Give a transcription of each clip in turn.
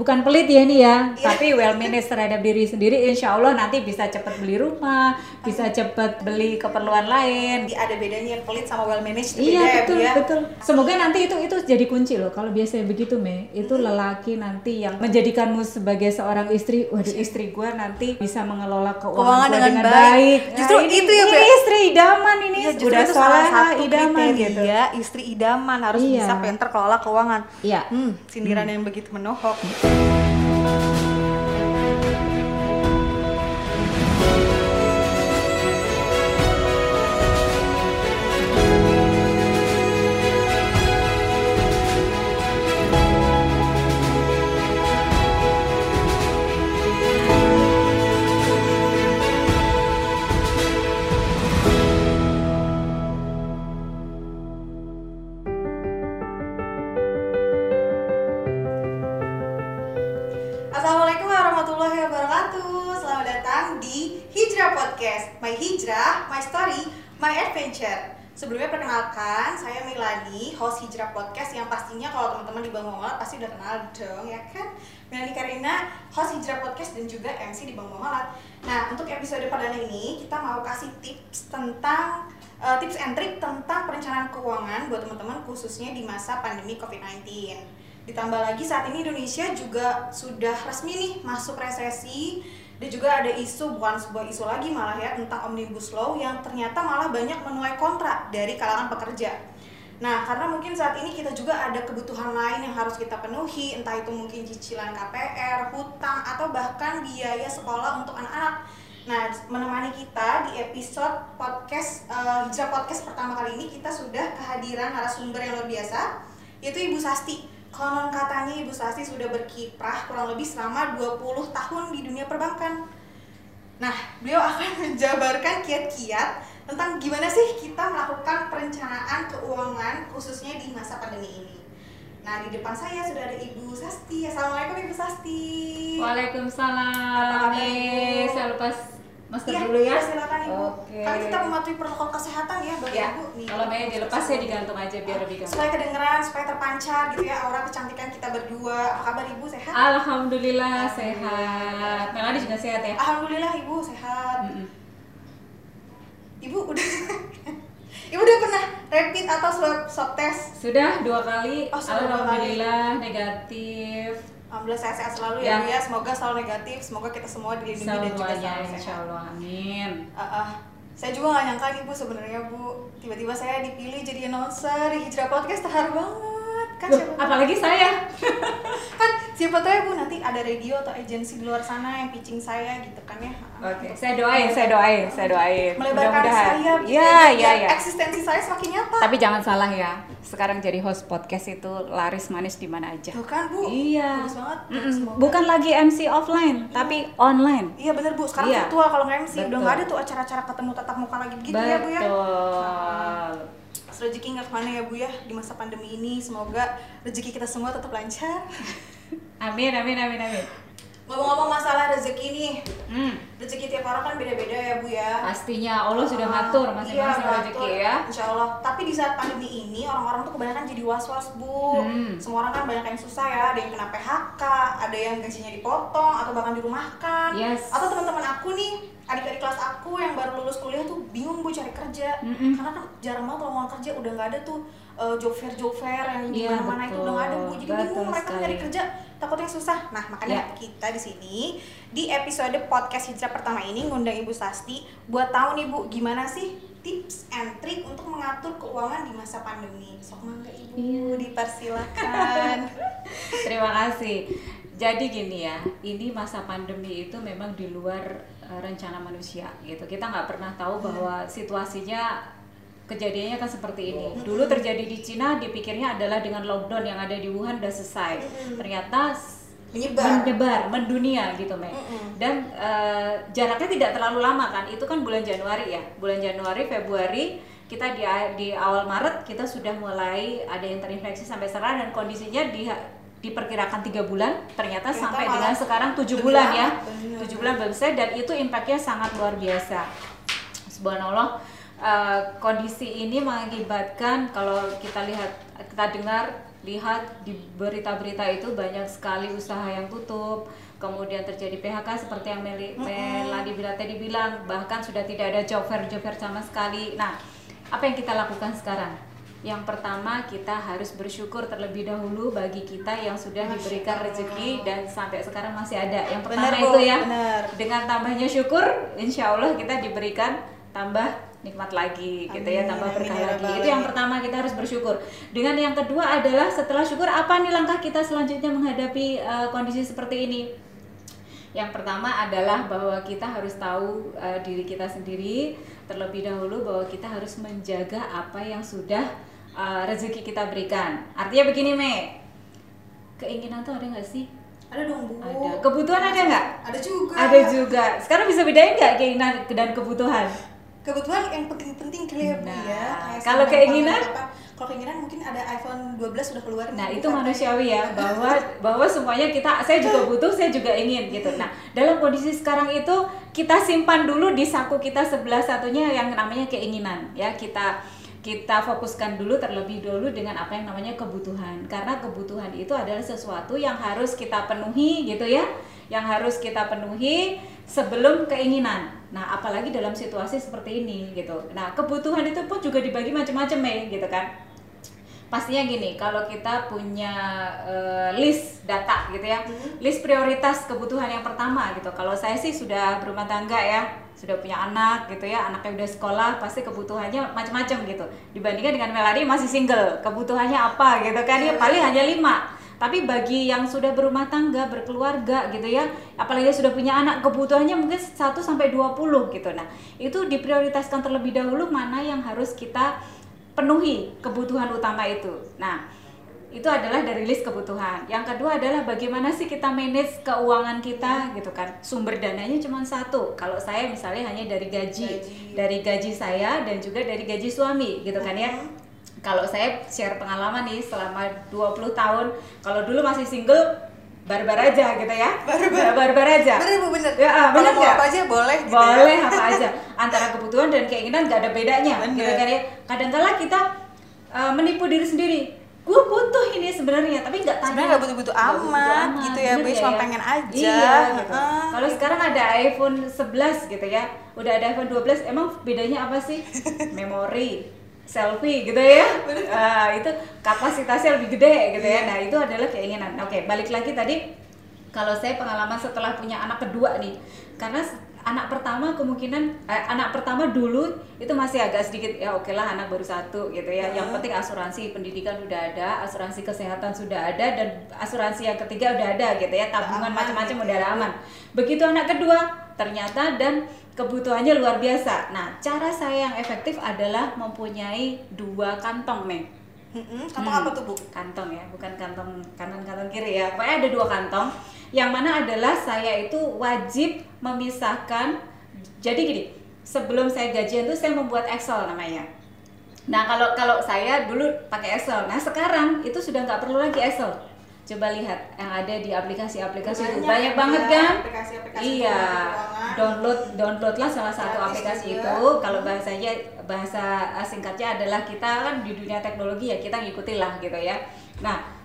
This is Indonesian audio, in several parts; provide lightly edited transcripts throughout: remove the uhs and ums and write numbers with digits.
bukan pelit ya ini ya, Iya. tapi well managed terhadap diri sendiri, insya Allah nanti bisa cepat beli rumah, bisa cepat beli keperluan lain. Jadi ada bedanya pelit sama well managed, itu Iya, beda betul, ya Bu ya. betul. Semoga nanti itu jadi kunci loh. Kalau biasanya begitu, Me, itu lelaki nanti yang menjadikanmu sebagai seorang istri. Waduh, istri gua nanti bisa mengelola keuangan gua dengan baik. Justru Nah, itu ya, Bu. ini istri idaman ini. Iya, justru Udah itu salah soleha, satu idaman gitu. kriteria istri idaman, harus Iya. bisa pinter kelola keuangan. Iya. Sindiran yang begitu menohok. Assalamualaikum warahmatullahi wabarakatuh. Selamat datang di Hijrah Podcast. My Hijrah, my story, my adventure. Sebelumnya perkenalkan, saya Melani, host Hijrah Podcast yang pastinya kalau teman-teman di Bang Mongolat pasti udah kenal dong, ya kan? Melani Karina, host Hijrah Podcast dan juga MC di Bang Mongolat. Nah, untuk episode perdana ini kita mau kasih tips tentang tips and trick tentang perencanaan keuangan buat teman-teman khususnya di masa pandemi COVID-19. Ditambah lagi saat ini Indonesia juga sudah resmi nih masuk resesi, dan juga ada isu, bukan sebuah isu lagi malah ya, tentang Omnibus Law yang ternyata malah banyak menuai kontra dari kalangan pekerja. Nah, karena mungkin saat ini kita juga ada kebutuhan lain yang harus kita penuhi, entah itu mungkin cicilan KPR, hutang, atau bahkan biaya sekolah untuk anak-anak. Nah, menemani kita di episode podcast Hijrah Podcast pertama kali ini, kita sudah kehadiran narasumber yang luar biasa, yaitu Ibu Sasti. Konon katanya Ibu Sasti sudah berkiprah kurang lebih selama 20 tahun di dunia perbankan. Nah, beliau akan menjabarkan kiat-kiat tentang gimana sih kita melakukan perencanaan keuangan khususnya di masa pandemi ini. Nah, di depan saya sudah ada Ibu Sasti. Assalamualaikum Ibu Sasti. Waalaikumsalam. Apa kabar, Ibu? Saya lepas masker Iya, dulu ya. silakan Ibu. Oke. Kan kita mematuhi protokol kesehatan ya, Bapak Ya, Ibu. Nih, kalau Maya dilepas saya digantung aja biar lebih gampang. supaya kedengeran, supaya terpancar gitu ya aura kecantikan kita berdua. Apa kabar Ibu, sehat? Alhamdulillah sehat. Melani juga sehat ya? Alhamdulillah Ibu sehat. Mm-mm. Ibu udah Ibu udah pernah rapid atau swab test? Sudah 2 kali. Oh, sudah 2 kali. Alhamdulillah negatif. Alhamdulillah sehat-sehat selalu Ya. ya Bu ya. Semoga selalu negatif, semoga kita semua dilindungi dan juga Semuanya selalu insya sehat. Allah, amin. Saya juga gak nyangka nih Bu sebenarnya Bu, tiba-tiba saya dipilih jadi announcer di Hijrah Podcast, terharu banget kan. Loh, Siapa tahu- apalagi saya. kan siapa tahu ya Bu, nanti ada radio atau agensi di luar sana yang pitching saya gitu kan ya. Oke, saya doain. Melebarkan Mudah-mudahan. sayap gitu Iya, biar iya. eksistensi saya semakin nyata. Tapi jangan salah ya. Sekarang jadi host podcast itu laris manis di mana aja. Tuh kan Bu, Iya. bagus banget. Mm-mm. Semoga- Bukan lagi MC offline, tapi online. Iya bener Bu, sekarang Iya. virtual kalau nggak MC, udah Betul. nggak ada tuh acara-acara ketemu tatap muka lagi begitu ya Bu ya. Betul. Rezeki nggak kemana ya Bu ya di masa pandemi ini, semoga rezeki kita semua tetap lancar. Amin. Ngomong-ngomong masalah rezeki nih, Hmm. rezeki tiap orang kan beda-beda ya Bu ya. Pastinya Allah sudah ngatur masing-masing Iya, rezeki ngatur, ya. Insya Allah. Tapi di saat pandemi ini orang-orang tuh kebanyakan jadi was-was Bu. Semua orang kan banyak yang susah ya. Ada yang kena PHK, ada yang gajinya dipotong atau bahkan dirumahkan. Yes. Atau teman-teman aku nih, adik-adik kelas aku yang baru lulus kuliah tuh bingung Bu cari kerja. Karena kan jarang banget lowongan kerja, udah nggak ada tuh job fair yang di Iya, mana-mana itu betul. udah nggak ada Bu. Jadi Betul bingung mereka sekali. nyari kerja, takutnya susah. Nah makanya Ya. kita di sini di episode podcast Hijrah pertama ini ngundang Ibu Sasti buat tahu nih Bu, gimana sih tips and trick untuk mengatur keuangan di masa pandemi. Sok mangga Ibu, Iya. dipersilakan. Terima kasih. Jadi gini ya, ini masa pandemi itu memang di luar rencana manusia gitu. Kita nggak pernah tahu bahwa situasinya kejadiannya kan seperti ini. Dulu terjadi di Cina, dipikirnya adalah dengan lockdown yang ada di Wuhan udah selesai. Ternyata menyebar, mendunia gitu, Meg. Dan jaraknya tidak terlalu lama kan. Itu kan bulan Januari ya. Bulan Januari, Februari, kita di awal Maret kita sudah mulai ada yang terinfeksi sampai sekarang, dan kondisinya diperkirakan 3 bulan, ternyata sampai malah dengan sekarang 7 lebih bulan lama, ya. bener. 7 bulan belum selesai, dan itu impactnya sangat luar biasa. Subhanallah. Kondisi ini mengakibatkan, kalau kita lihat, kita dengar lihat di berita-berita itu banyak sekali usaha yang tutup, kemudian terjadi PHK seperti yang Melani tadi bilang, bahkan sudah tidak ada job fair sama sekali. Nah, apa yang kita lakukan sekarang? Yang pertama, kita harus bersyukur terlebih dahulu bagi kita yang sudah diberikan rezeki dan sampai sekarang masih ada. Yang pertama itu ya, dengan tambahnya syukur, insya Allah kita diberikan tambah nikmat lagi, gitu ya, tambah berkah lagi. Itu yang pertama, kita harus bersyukur. Dengan yang kedua adalah setelah syukur, apa nih langkah kita selanjutnya menghadapi kondisi seperti ini? Yang pertama adalah bahwa kita harus tahu diri kita sendiri terlebih dahulu, bahwa kita harus menjaga apa yang sudah rezeki kita berikan. Artinya begini, keinginan tuh ada nggak sih? Ada dong, Bu. Ada. Kebutuhan ada nggak? Ada juga. Ada juga. Sekarang bisa bedain nggak keinginan dan kebutuhan? Kebetulan yang penting-penting kali ya, Bu, ya. Kalau keinginan? Kalau keinginan mungkin ada iPhone 12 sudah keluar. Nah, itu manusiawi ya, bahwa semuanya saya juga butuh, saya juga ingin gitu. Nah, dalam kondisi sekarang itu kita simpan dulu di saku kita sebelah satunya yang namanya keinginan, ya. Kita fokuskan dulu terlebih dahulu dengan apa yang namanya kebutuhan. Karena kebutuhan itu adalah sesuatu yang harus kita penuhi gitu ya. Yang harus kita penuhi sebelum keinginan. Nah, apalagi dalam situasi seperti ini gitu. Nah, kebutuhan itu pun juga dibagi macam-macam gitu kan. Pastinya gini, kalau kita punya list data gitu ya, list prioritas kebutuhan yang pertama gitu. Kalau saya sih sudah berumah tangga ya, sudah punya anak gitu ya, anaknya udah sekolah, pasti kebutuhannya macam-macam gitu. Dibandingkan dengan Melani masih single, kebutuhannya apa gitu kan, ya paling hanya 5. Tapi bagi yang sudah berumah tangga, berkeluarga gitu ya, apalagi sudah punya anak, kebutuhannya mungkin 1-20 gitu. Nah, itu diprioritaskan terlebih dahulu mana yang harus kita penuhi kebutuhan utama itu. Nah, itu adalah dari list kebutuhan. Yang kedua adalah bagaimana sih kita manage keuangan kita gitu kan. Sumber dananya cuma satu. Kalau saya misalnya hanya dari gaji saya dan juga dari gaji suami gitu kan ya. Kalau saya share pengalaman nih selama 20 tahun, kalau dulu masih single, barbar aja gitu ya. Barbar aja. Bener, Bu, bener. Ya, bener kalau mau apa aja boleh gitu. Boleh apa aja. Antara kebutuhan dan keinginan gak ada bedanya. Gitu kan ya. Kadang-kala kita menipu diri sendiri. Gue butuh ini sebenarnya, tapi nggak tanya. Sebenarnya nggak butuh-butuh amat gitu ya, Bu, cuma pengen aja. Iya, gitu. Kalau sekarang ada iPhone 11 gitu ya, udah ada iPhone 12, emang bedanya apa sih? Memori, selfie gitu ya. Itu kapasitasnya lebih gede gitu ya. Nah, itu adalah keinginan. Oke, balik lagi tadi, kalau saya pengalaman setelah punya anak kedua nih, karena anak pertama kemungkinan anak pertama dulu itu masih agak sedikit ya, oke lah, anak baru 1 gitu ya. Yang penting asuransi pendidikan sudah ada, asuransi kesehatan sudah ada, dan asuransi yang ketiga udah ada gitu ya, tabungan macam-macam udah aman. Begitu anak kedua ternyata dan kebutuhannya luar biasa. Nah, cara saya yang efektif adalah mempunyai 2 kantong Kantong apa tuh, Bu? Kantong ya, bukan kantong kanan kantong kiri ya. Pokoknya ada 2 kantong. Yang mana adalah saya itu wajib memisahkan. Jadi gini, sebelum saya gajian tuh saya membuat Excel namanya. Nah, kalau saya dulu pakai Excel. Nah, sekarang itu sudah nggak perlu lagi Excel. Coba lihat yang ada di aplikasi-aplikasi itu banyak banget kan? Aplikasi-aplikasi iya, downloadlah salah satu aplikasi itu. Kalau bahasa singkatnya adalah kita kan di dunia teknologi ya, kita ngikutin lah gitu ya. Nah,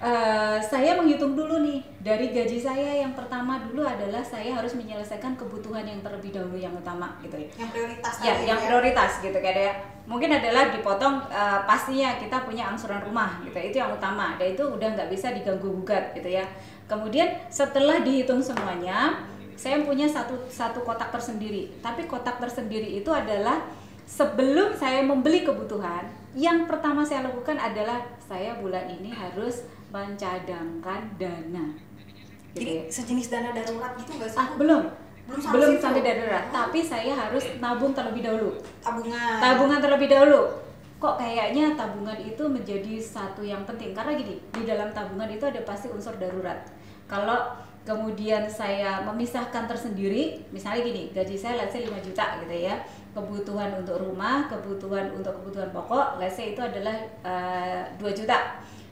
saya menghitung dulu nih dari gaji saya yang pertama dulu adalah saya harus menyelesaikan kebutuhan yang terlebih dahulu yang utama gitu ya. Yang prioritas ya, yang prioritas gitu kayak ya. Mungkin adalah dipotong pastinya kita punya angsuran rumah gitu, itu yang utama dan itu udah nggak bisa diganggu gugat gitu ya. Kemudian setelah dihitung semuanya, saya punya satu kotak tersendiri. Tapi kotak tersendiri itu adalah sebelum saya membeli kebutuhan, yang pertama saya lakukan adalah saya bulan ini harus mencadangkan dana. Gitu. Jadi sejenis dana darurat gitu nggak sih? Belum sampai darurat, tapi saya harus nabung terlebih dahulu. Tabungan terlebih dahulu. Kok kayaknya tabungan itu menjadi satu yang penting karena gini, di dalam tabungan itu ada pasti unsur darurat. Kalau kemudian saya memisahkan tersendiri, misalnya gini, gaji saya let's say 5 juta gitu ya. Kebutuhan untuk rumah, kebutuhan pokok, let's say itu adalah 2 juta.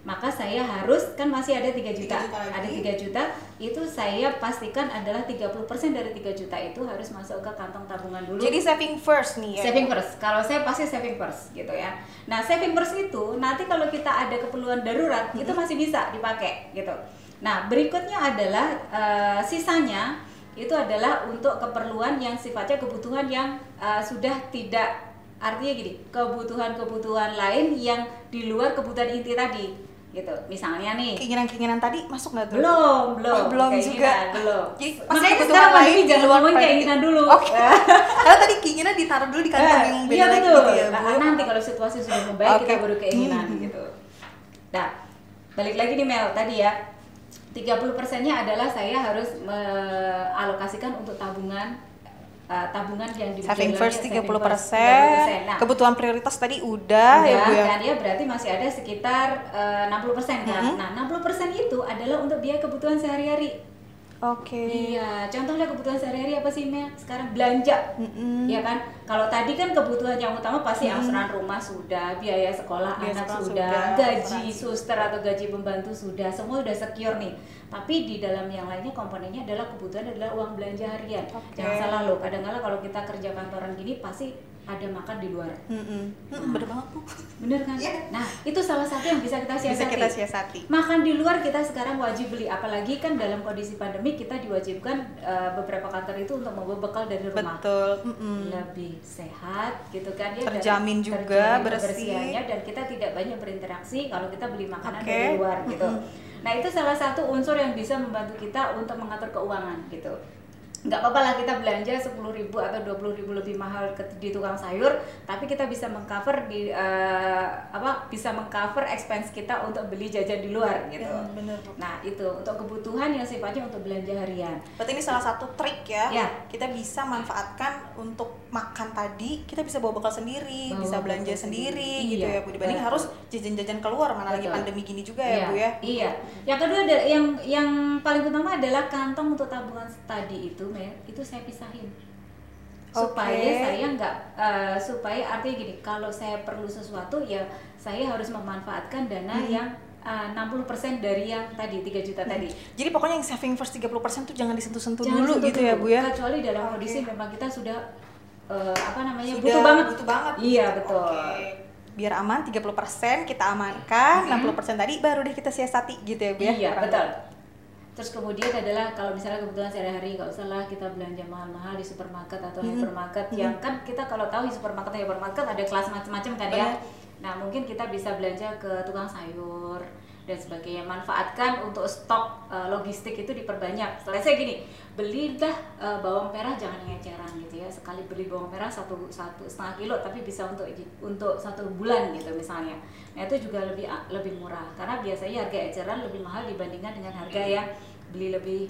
maka saya harus, kan masih ada 3 juta, 3 juta lagi. ada 3 juta, itu saya pastikan adalah 30% dari 3 juta itu harus masuk ke kantong tabungan dulu. Jadi saving first nih ya. Saving first, kalau saya pasti saving first gitu ya. Nah saving first itu nanti kalau kita ada keperluan darurat itu masih bisa dipakai gitu. Nah berikutnya adalah sisanya itu adalah untuk keperluan yang sifatnya kebutuhan yang sudah tidak, artinya gini, kebutuhan-kebutuhan lain yang di luar kebutuhan inti tadi gitu. Misalnya nih, keinginan-keinginan tadi masuk nggak tuh? belum belum juga. belum. Jadi, Makanya sekarang pandemi jangan ngomong keinginan dulu. Oke. Karena tadi keinginan ditaruh dulu di kantong yang beda iya, lagi betul. gitu ya, Bu. Nah, nanti kalau situasi sudah membaik kita baru keinginan gitu. Nah, balik lagi nih Mel tadi ya. 30%-nya adalah saya harus mengalokasikan untuk tabungan yang saving first 30%, 30%. Nah, kebutuhan prioritas tadi udah ya Bu ya. Kan ya, berarti masih ada sekitar 60% kan. Nah, 60% itu adalah untuk biaya kebutuhan sehari-hari. Oke. Iya, contohnya kebutuhan sehari-hari apa sih Mel? Sekarang belanja, ya kan? Kalau tadi kan kebutuhan yang utama pasti angsuran rumah sudah, biaya sekolah anak sudah, gaji suster atau gaji pembantu sudah, semua sudah secure nih. Tapi di dalam yang lainnya komponennya adalah kebutuhan adalah uang belanja harian. Jangan salah loh, kadang-kadang kalau kita kerja kantoran gini pasti ada makan di luar. Bener banget Bu. Bener kan? Yeah. Nah, itu salah satu yang bisa kita siasati. Makan di luar kita sekarang wajib beli, apalagi kan dalam kondisi pandemi kita diwajibkan beberapa kantor itu untuk membawa bekal dari rumah. Betul. Lebih sehat gitu kan ya. Terjamin juga kebersihannya, dan kita tidak banyak berinteraksi kalau kita beli makanan dari luar gitu. Nah, itu salah satu unsur yang bisa membantu kita untuk mengatur keuangan gitu. Nggak apa-apa lah kita belanja 10.000 atau 20.000 lebih mahal di tukang sayur, tapi kita bisa mengcover bisa mengcover expense kita untuk beli jajan di luar gitu. Ya, bener. Nah itu untuk kebutuhan yang sifatnya untuk belanja harian. Berarti ini salah satu trik ya. Ya. Kita bisa manfaatkan untuk makan tadi, kita bisa bawa bekal sendiri, bisa belanja sendiri gitu ya Bu. Dibanding harus jajan-jajan keluar, mana lagi pandemi gini juga ya Bu ya. Iya. Yang kedua yang paling utama adalah kantong untuk tabungan tadi itu saya pisahin supaya saya nggak supaya artinya gini, kalau saya perlu sesuatu ya saya harus memanfaatkan dana yang 60% dari yang tadi 3 juta tadi. Jadi pokoknya yang saving first 30% tuh jangan disentuh-sentuh dulu gitu ya Bu ya. Kecuali dalam kondisi memang kita sudah butuh banget. Iya betul. Biar aman 30% kita amankan, 60% tadi baru deh kita siasati gitu ya Bu ya. Iya betul. Terus kemudian adalah kalau misalnya kebutuhan sehari-hari, nggak usah lah kita belanja mahal-mahal di supermarket atau hypermarket yang kan kita kalau tahu di supermarket dan hypermarket ada kelas macam-macam kan ya. Nah mungkin kita bisa belanja ke tukang sayur dan sebagainya. Manfaatkan untuk stok logistik itu diperbanyak. Setelah saya gini, belilah bawang merah jangan yang eceran gitu ya. Sekali beli bawang merah 1,5 kilo tapi bisa untuk 1 bulan gitu misalnya. Nah itu juga lebih murah karena biasanya harga eceran lebih mahal dibandingkan dengan harga yang beli lebih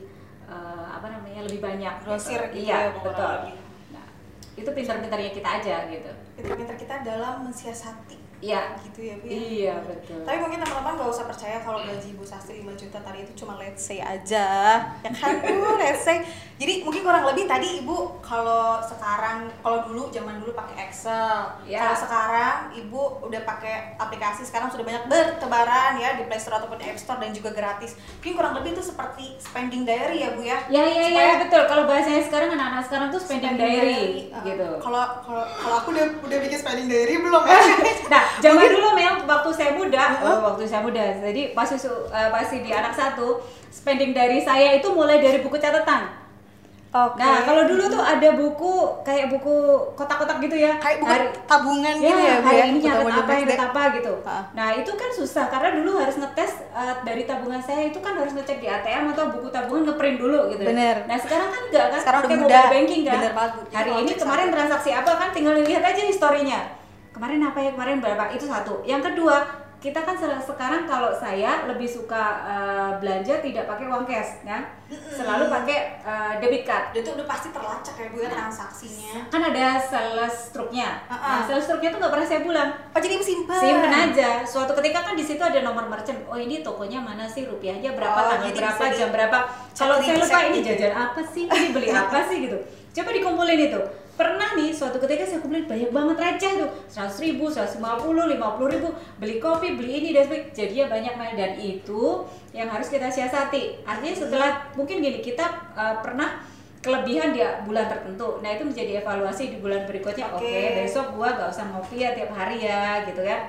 lebih banyak. Grosir gitu. Iya betul. Nah itu pintar-pintarnya kita aja gitu. Pintar-pintar kita dalam mensiasati. Iya, gitu ya Bu ya. Iya betul. Tapi mungkin teman-teman gak usah percaya kalau gaji Ibu Sastri 5 juta tadi itu cuma let's say aja, ya kan Bu, let's say. Jadi mungkin kurang lebih tadi Ibu kalau dulu zaman dulu pakai Excel, kalau sekarang Ibu udah pakai aplikasi, sekarang sudah banyak bertebaran ya di Play Store ataupun App Store dan juga gratis. Mungkin kurang lebih itu seperti spending diary ya Bu ya. Iya betul. Kalau bahasanya sekarang anak-anak sekarang tuh spending diary gitu. Kalau aku udah bikin spending diary belum ya? Nah, zaman dulu memang waktu saya muda, jadi masih di anak 1, spending dari saya itu mulai dari buku catatan. Nah, kalau dulu tuh ada kayak buku kotak-kotak gitu ya. Kayak buku tabungan gitu ya, Bu. Hari ini nyatet apa gitu. Nah, itu kan susah karena dulu harus ngetes dari tabungan saya itu kan harus ngecek di ATM atau buku tabungan ngeprint dulu gitu. Bener. Nah, sekarang kan enggak kan? Sekarang pakai udah mobile banking kan. Bener banget. Hari ini kemarin transaksi apa kan tinggal lihat aja historinya. Kemarin berapa? Itu satu. Yang kedua, kita kan sekarang kalau saya lebih suka belanja tidak pakai uang cash kan, selalu pakai debit card. Dan itu udah pasti terlacak ya Bu ya transaksinya. Kan ada sales truknya. Nah, sales truknya tuh nggak pernah saya pulang. Oh jadi simpen aja. Suatu ketika kan di situ ada nomor merchant. Oh ini tokonya mana sih, rupiahnya berapa, tanggal berapa, jam berapa. Kalau saya lupa ini jajan apa sih, ini beli apa sih gitu. Coba dikumpulin itu. pernah nih suatu ketika saya kumpulin banyak banget receh tuh, 100.000, 150, 50.000, beli kopi, beli ini dan sebagainya, jadinya banyak Mel. Dan itu yang harus kita siasati. Artinya setelah mungkin gini, kita pernah kelebihan di bulan tertentu, nah itu menjadi evaluasi di bulan berikutnya. Oke, besok gua gak usah ngopi ya tiap hari ya gitu ya.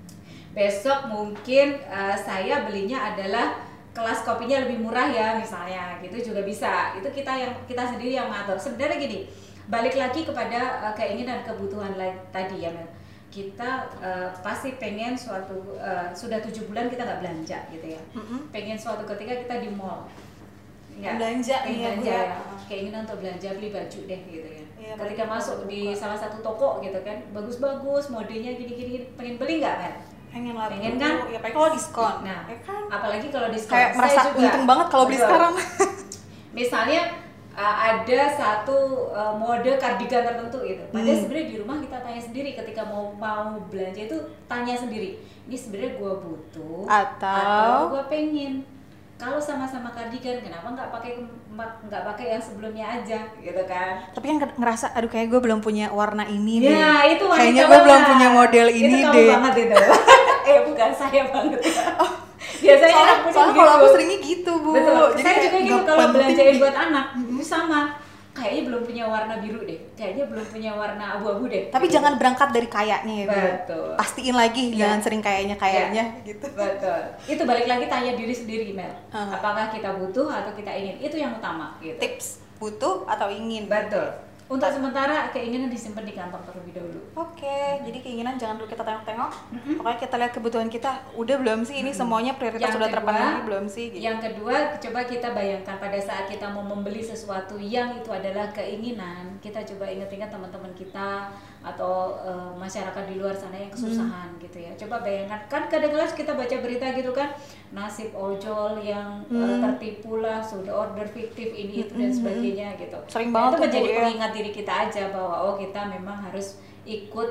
Besok mungkin saya belinya adalah kelas kopinya lebih murah ya misalnya, gitu juga bisa. Itu kita sendiri yang ngatur. Sebenarnya gini, balik lagi kepada keinginan kebutuhan lain tadi ya Mel. Kita pasti pengen suatu sudah 7 bulan kita nggak belanja gitu ya. Pengen suatu ketika kita di mall belanja ya. Keinginan untuk belanja, beli baju deh gitu ya. Ketika masuk di salah satu toko gitu kan, bagus-bagus, modenya gini-gini, pengen beli nggak Mel? Pengen kan? Ya paling kalau diskon. Nah, ya kan? apalagi kalau diskon. Kayak merasa untung banget kalau beli sekarang. Misalnya ada satu mode kardigan tertentu gitu. Padahal sebenarnya di rumah kita tanya sendiri ketika mau belanja itu, tanya sendiri. Ini sebenarnya gue butuh atau gue pengen. Kalau sama-sama kardigan, kenapa nggak pakai yang sebelumnya aja gitu kan? Tapi kan ngerasa, aduh kayak gue belum punya warna ini deh. Ya itu kayaknya gue belum punya model ini itu deh. Itu banget itu. Bukan saya banget ya. Biasanya soalnya kalau aku seringnya gitu Bu. Betul. Jadi saya juga gitu kalau belanjain buat anak itu sama. Kayaknya belum punya warna biru deh. Kayaknya belum punya warna abu-abu deh. Tapi jangan berangkat dari kayaknya ya Bu. Betul. Pastiin lagi, jangan sering kayaknya gitu. Betul. Itu balik lagi tanya diri sendiri Mel. Apakah kita butuh atau kita ingin? Itu yang utama gitu. Tips butuh atau ingin. Betul. Untuk sementara keinginan disimpan di kantong terlebih dahulu. Oke, jadi keinginan jangan dulu kita tengok-tengok. Pokoknya kita lihat kebutuhan kita, udah belum sih ini semuanya prioritas sudah terpenuhi belum sih? Gitu. Yang kedua, coba kita bayangkan pada saat kita mau membeli sesuatu yang itu adalah keinginan, kita coba ingat-ingat teman-teman kita atau masyarakat di luar sana yang kesusahan gitu ya. Coba bayangkan, kan kadang-kadang kita baca berita gitu kan, nasib ojol yang tertipu lah, sudah order fiktif ini itu dan sebagainya gitu. Sering banget itu menjadi ya. pengingat diri kita aja bahwa kita memang harus ikut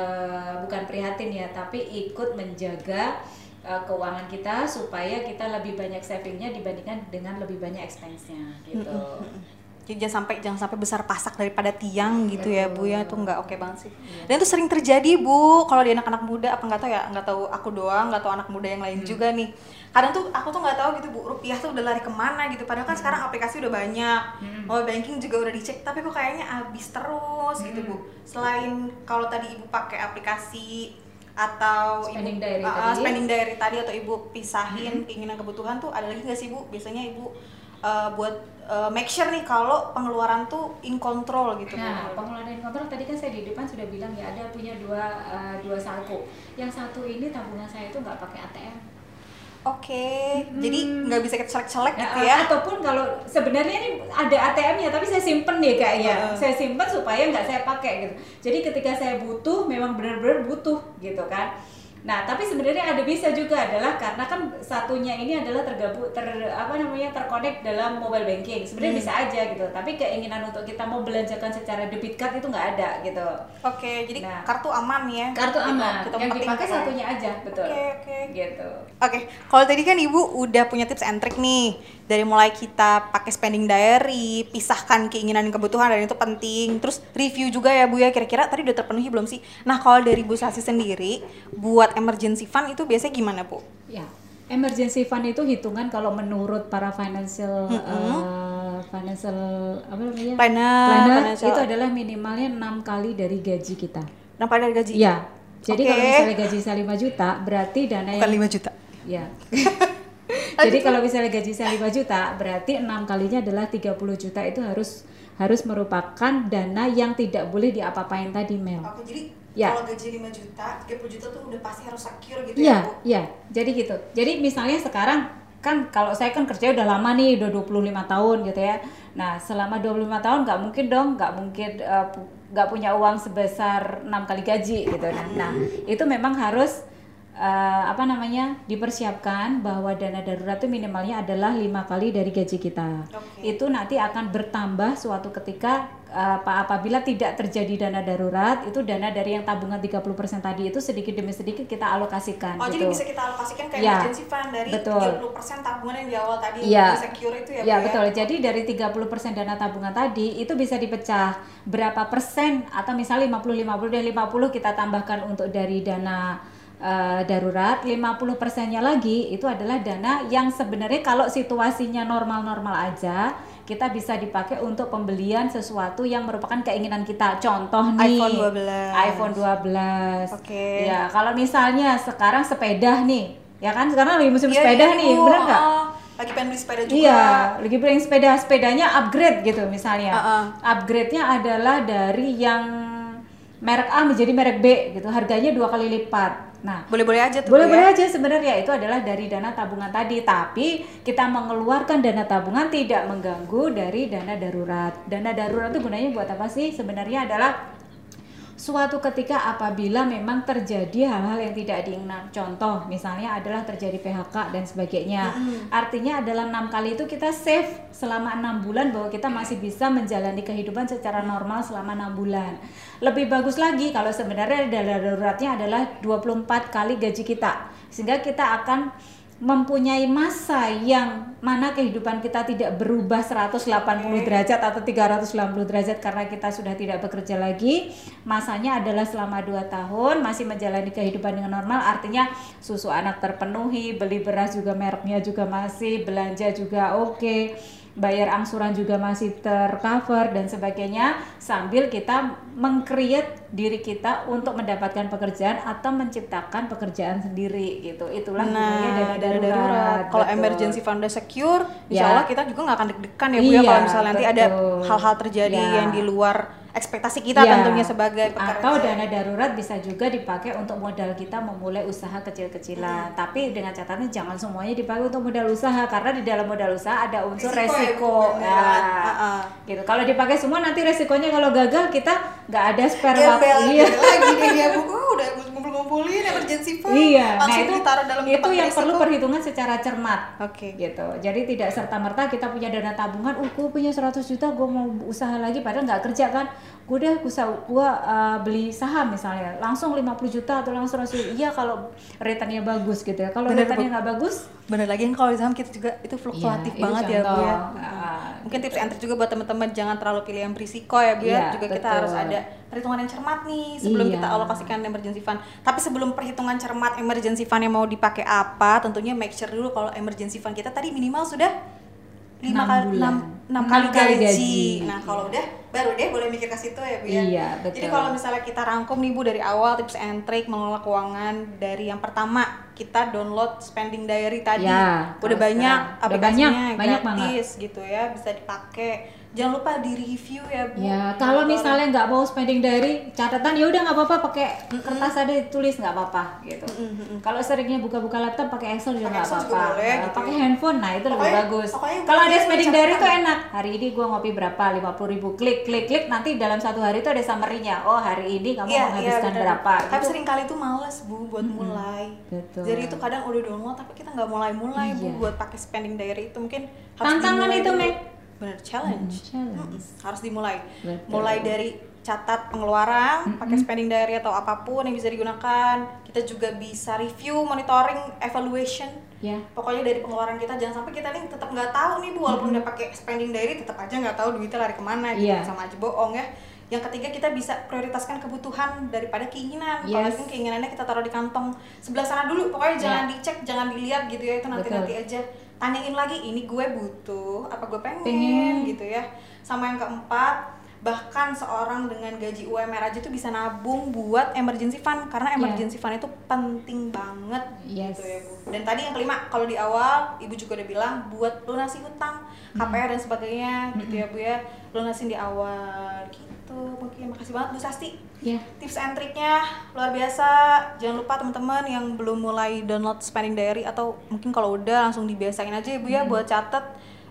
bukan prihatin ya, tapi ikut menjaga keuangan kita supaya kita lebih banyak savingnya dibandingkan dengan lebih banyak expense-nya gitu. Jadi jangan sampai besar pasak daripada tiang gitu. Betul. Ya Bu ya, itu nggak oke banget sih. Dan itu sering terjadi Bu kalau di anak-anak muda, apa nggak tahu ya, nggak tahu aku doang, nggak tahu anak muda yang lain juga nih. Kadang tuh aku tuh nggak tahu gitu Bu, rupiah tuh udah lari kemana gitu. Padahal kan sekarang aplikasi udah banyak, mobile banking juga udah dicek, tapi kok kayaknya habis terus gitu Bu. Selain kalau tadi Ibu pakai aplikasi atau spending diary tadi atau Ibu pisahin keinginan kebutuhan tuh, ada lagi nggak sih Bu? Biasanya Ibu buat make sure nih kalau pengeluaran tuh in control gitu. Nah, pengeluaran in control tadi kan saya di depan sudah bilang ya, ada punya dua saldo. Yang satu ini tabungan saya itu nggak pakai ATM. Oke, jadi nggak bisa kita celek-celek gitu ya? Ataupun kalau sebenarnya ini ada ATM-nya, tapi saya simpen deh kayaknya. Saya simpen supaya nggak saya pakai gitu. Jadi ketika saya butuh, memang benar-benar butuh gitu kan. Nah, tapi sebenarnya ada bisa juga adalah karena kan satunya ini adalah terkonek dalam mobile banking. Sebenarnya bisa aja gitu. Tapi keinginan untuk kita mau belanjakan secara debit card itu nggak ada gitu. Oke, jadi kartu aman ya. Kartu aman. Yang dipakai satunya aja, betul. Oke. Gitu. Oke, kalau tadi kan Ibu udah punya tips and trick nih. Dari mulai kita pakai spending diary, pisahkan keinginan dan kebutuhan, dan itu penting. Terus review juga ya Bu ya, kira-kira tadi udah terpenuhi belum sih? Nah, kalau dari Bu Sasi sendiri buat emergency fund itu biasanya gimana Bu? Ya, emergency fund itu hitungan kalau menurut para financial planner itu adalah minimalnya 6 kali dari gaji kita. 6 kali dari gaji? Iya. Jadi kalau misalnya gaji saya 5 juta, berarti dana bukan 5 juta. Ya. Jadi kalau misalnya gaji saya 5 juta, berarti 6 kalinya adalah 30 juta itu harus merupakan dana yang tidak boleh diapa-apain tadi, Mel. Oke, jadi kalau gaji 5 juta, 30 juta tuh udah pasti harus secure gitu ya, Bu? Iya, jadi gitu. Jadi misalnya sekarang kan kalau saya kan kerja udah lama nih, udah 25 tahun gitu ya. Nah, selama 25 tahun nggak mungkin nggak punya uang sebesar 6 kali gaji gitu. Nah, itu memang harus dipersiapkan bahwa dana darurat itu minimalnya adalah 5 kali dari gaji kita. Itu nanti akan bertambah suatu ketika apabila tidak terjadi dana darurat, itu dana dari yang tabungan 30% tadi itu sedikit demi sedikit kita alokasikan. Jadi bisa kita alokasikan ke ya, emergency fund dari betul. 30% tabungan yang di awal tadi secure itu ya Bu ya? Betul. Jadi dari 30% dana tabungan tadi itu bisa dipecah berapa persen, atau misalnya 50 dan 50 kita tambahkan untuk dari dana darurat, 50%-nya lagi itu adalah dana yang sebenarnya kalau situasinya normal-normal aja kita bisa dipakai untuk pembelian sesuatu yang merupakan keinginan kita. Contoh nih iPhone 12. Ya, kalau misalnya sekarang sepeda nih, ya kan sekarang lagi musim sepeda nih, benar nggak? Lagi pengen beli sepeda juga. Iya, lagi pengen sepedanya upgrade gitu misalnya. Upgrade-nya adalah dari yang merek A menjadi merek B gitu, harganya 2 kali lipat. Nah, boleh-boleh aja tuh. Boleh-boleh aja sebenarnya, itu adalah dari dana tabungan tadi, tapi kita mengeluarkan dana tabungan tidak mengganggu dari dana darurat. Dana darurat itu gunanya buat apa sih? Sebenarnya adalah suatu ketika apabila memang terjadi hal-hal yang tidak diinginkan. Contoh misalnya adalah terjadi PHK dan sebagainya. Artinya adalah 6 kali itu kita save selama 6 bulan bahwa kita masih bisa menjalani kehidupan secara normal selama 6 bulan. Lebih bagus lagi kalau sebenarnya dana daruratnya adalah 24 kali gaji kita, sehingga kita akan mempunyai masa yang mana kehidupan kita tidak berubah 180 derajat atau 360 derajat karena kita sudah tidak bekerja lagi. Masanya adalah selama 2 tahun masih menjalani kehidupan dengan normal, artinya susu anak terpenuhi, beli beras juga mereknya juga masih, belanja juga oke, bayar angsuran juga masih tercover dan sebagainya, sambil kita meng-create diri kita untuk mendapatkan pekerjaan atau menciptakan pekerjaan sendiri gitu. Itulah gunanya dana darurat. Kalau emergency fund udah secure, insya Allah kita juga nggak akan deg-degan ya Bu ya kalau misalnya nanti ada hal-hal terjadi yang di luar ekspektasi kita tentunya sebagai pekerja. Atau dana darurat bisa juga dipakai untuk modal kita memulai usaha kecil-kecilan. Tapi dengan catatan jangan semuanya dipakai untuk modal usaha, karena di dalam modal usaha ada unsur resiko. Gitu. Kalau dipakai semua nanti resikonya kalau gagal kita nggak ada spare waktu. Lagi deh ya Bu, udah ngumpul-ngumpulin emergency fund. Nah itu ditaruh dalam itu yang resiko. Perlu perhitungan secara cermat. Gitu. Jadi tidak serta-merta kita punya dana tabungan, gue punya 100 juta, gue mau usaha lagi, padahal nggak kerja kan. Gue beli saham misalnya langsung 50 juta atau langsung 100 juta. Iya kalau returnnya bagus gitu ya. Kalau returnnya nggak bagus, bener lagi kalau di saham kita juga itu fluktuatif banget ya Bu ya. Mungkin tips and trick juga buat teman-teman, jangan terlalu pilih yang berisiko ya Bu ya. Juga kita harus ada perhitungan yang cermat nih sebelum kita alokasikan emergency fund. Tapi sebelum perhitungan cermat emergency fund yang mau dipakai apa, tentunya make sure dulu kalau emergency fund kita tadi minimal sudah 6 kali gaji. Nah kalau udah baru deh boleh mikir ke situ ya Bu ya. Jadi kalau misalnya kita rangkum nih Bu dari awal tips and trick mengelola keuangan, dari yang pertama kita download spending diary tadi. Udah banyak aplikasinya, gratis gitu ya, bisa dipakai. Jangan lupa di review ya Bu. Kalau misalnya nggak mau spending diary, catatan ya udah nggak apa-apa, pakai kertas ada tulis nggak apa-apa gitu. Kalau seringnya buka-buka laptop pakai Excel juga nggak apa-apa. Pakai handphone, nah itu lebih bagus. Kalau ada spending diary itu enak. Hari ini gua ngopi berapa, 50.000, klik, nanti dalam 1 hari itu ada summary-nya. Oh hari ini kamu menghabiskan berapa. Tapi sering kali itu males Bu buat mulai. Jadi itu kadang udah download tapi kita nggak mulai Bu buat pakai spending diary itu. Mungkin harus tantangan itu bener challenge. Harus dimulai. Mulai dari catat pengeluaran, pakai spending diary atau apapun yang bisa digunakan. Kita juga bisa review, monitoring, evaluation. Pokoknya dari pengeluaran kita, jangan sampai kita nih tetap nggak tahu nih Bu, walaupun udah pakai spending diary tetap aja nggak tahu duitnya lari kemana gitu, sama aja bohong ya. Yang ketiga, kita bisa prioritaskan kebutuhan daripada keinginan. Kalau keinginannya kita taruh di kantong sebelah sana dulu, pokoknya jangan dicek, jangan dilihat gitu ya, itu nanti aja. Tanyain lagi, ini gue butuh apa gue pengen gitu ya. Sama yang keempat, bahkan seorang dengan gaji UMR aja tuh bisa nabung buat emergency fund, karena emergency fund itu penting banget gitu ya Bu. Dan tadi yang kelima, kalau di awal Ibu juga udah bilang buat lunasi hutang, KPR dan sebagainya gitu ya Bu ya, lunasin di awal gitu. Mungkin makasih banget Bu Sasti. Tips and triknya luar biasa. Jangan lupa teman-teman yang belum mulai download spending diary, atau mungkin kalau udah langsung dibiasain aja ya Bu ya buat catat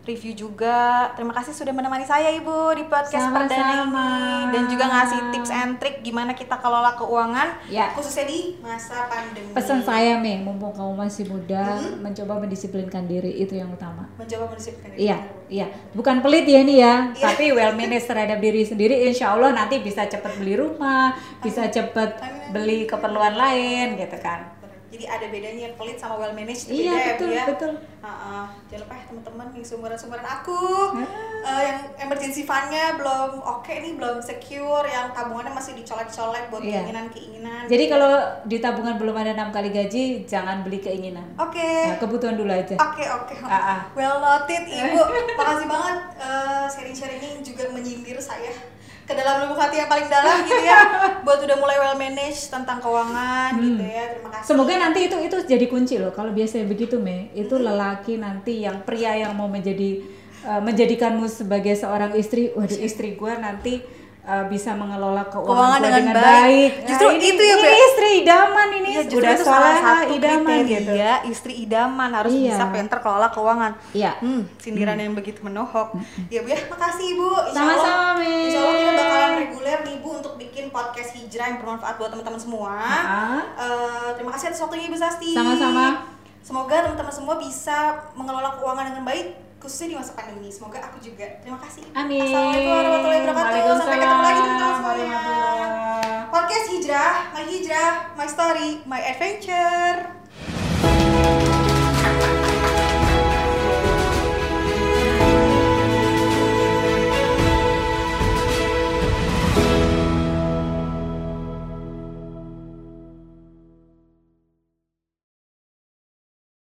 review juga. Terima kasih sudah menemani saya Ibu di podcast perdana ini dan juga ngasih tips and trick gimana kita kelola keuangan khususnya di masa pandemi. Pesan saya mumpung kamu masih muda, mencoba mendisiplinkan diri itu yang utama. Mencoba mendisiplinkan diri. Iya. Bukan pelit ya ini ya, tapi well managed terhadap diri sendiri. Insya Allah nanti bisa cepat beli rumah, bisa cepat beli keperluan lain gitu kan. Jadi ada bedanya pelit sama well managed itu beda betul, ya Bu ya. Betul. Jangan lupa ya teman-teman yang sumuran aku yang emergency fund-nya belum oke nih, belum secure, yang tabungannya masih dicolek-colek buat keinginan-keinginan. Jadi kalau di tabungan belum ada 6 kali gaji, jangan beli keinginan. Nah, kebutuhan dulu aja. Oke. Well noted Ibu. Makasih banget sharing-sharingnya juga menyindir saya ke dalam lubuk hati yang paling dalam gitu ya, buat udah mulai well manage tentang keuangan gitu ya. Terima kasih. Semoga nanti itu jadi kunci loh. Kalau biasanya begitu itu lelaki nanti yang pria yang mau menjadikanmu sebagai seorang istri, waduh istri gue nanti bisa mengelola keuangan dengan baik. Justru itu ya ini istri idaman ini ya, udah salah satu idaman gitu ya, istri idaman harus bisa pinter kelola keuangan. Sindiran yang begitu menohok. Ya Bu ya, makasih Ibu. Sama-sama Insya Allah kita bakalan reguler nih Bu untuk bikin podcast hijrah yang bermanfaat buat teman-teman semua. Terima kasih atas waktunya Ibu Sasti. Sama-sama. Semoga teman-teman semua bisa mengelola keuangan dengan baik, khususnya di masa pandemi. Semoga aku juga. Terima kasih. Amin. Assalamualaikum warahmatullahi wabarakatuh. Sampai ketemu lagi teman-teman semuanya. Podcast Hijrah, My Story, My Adventure.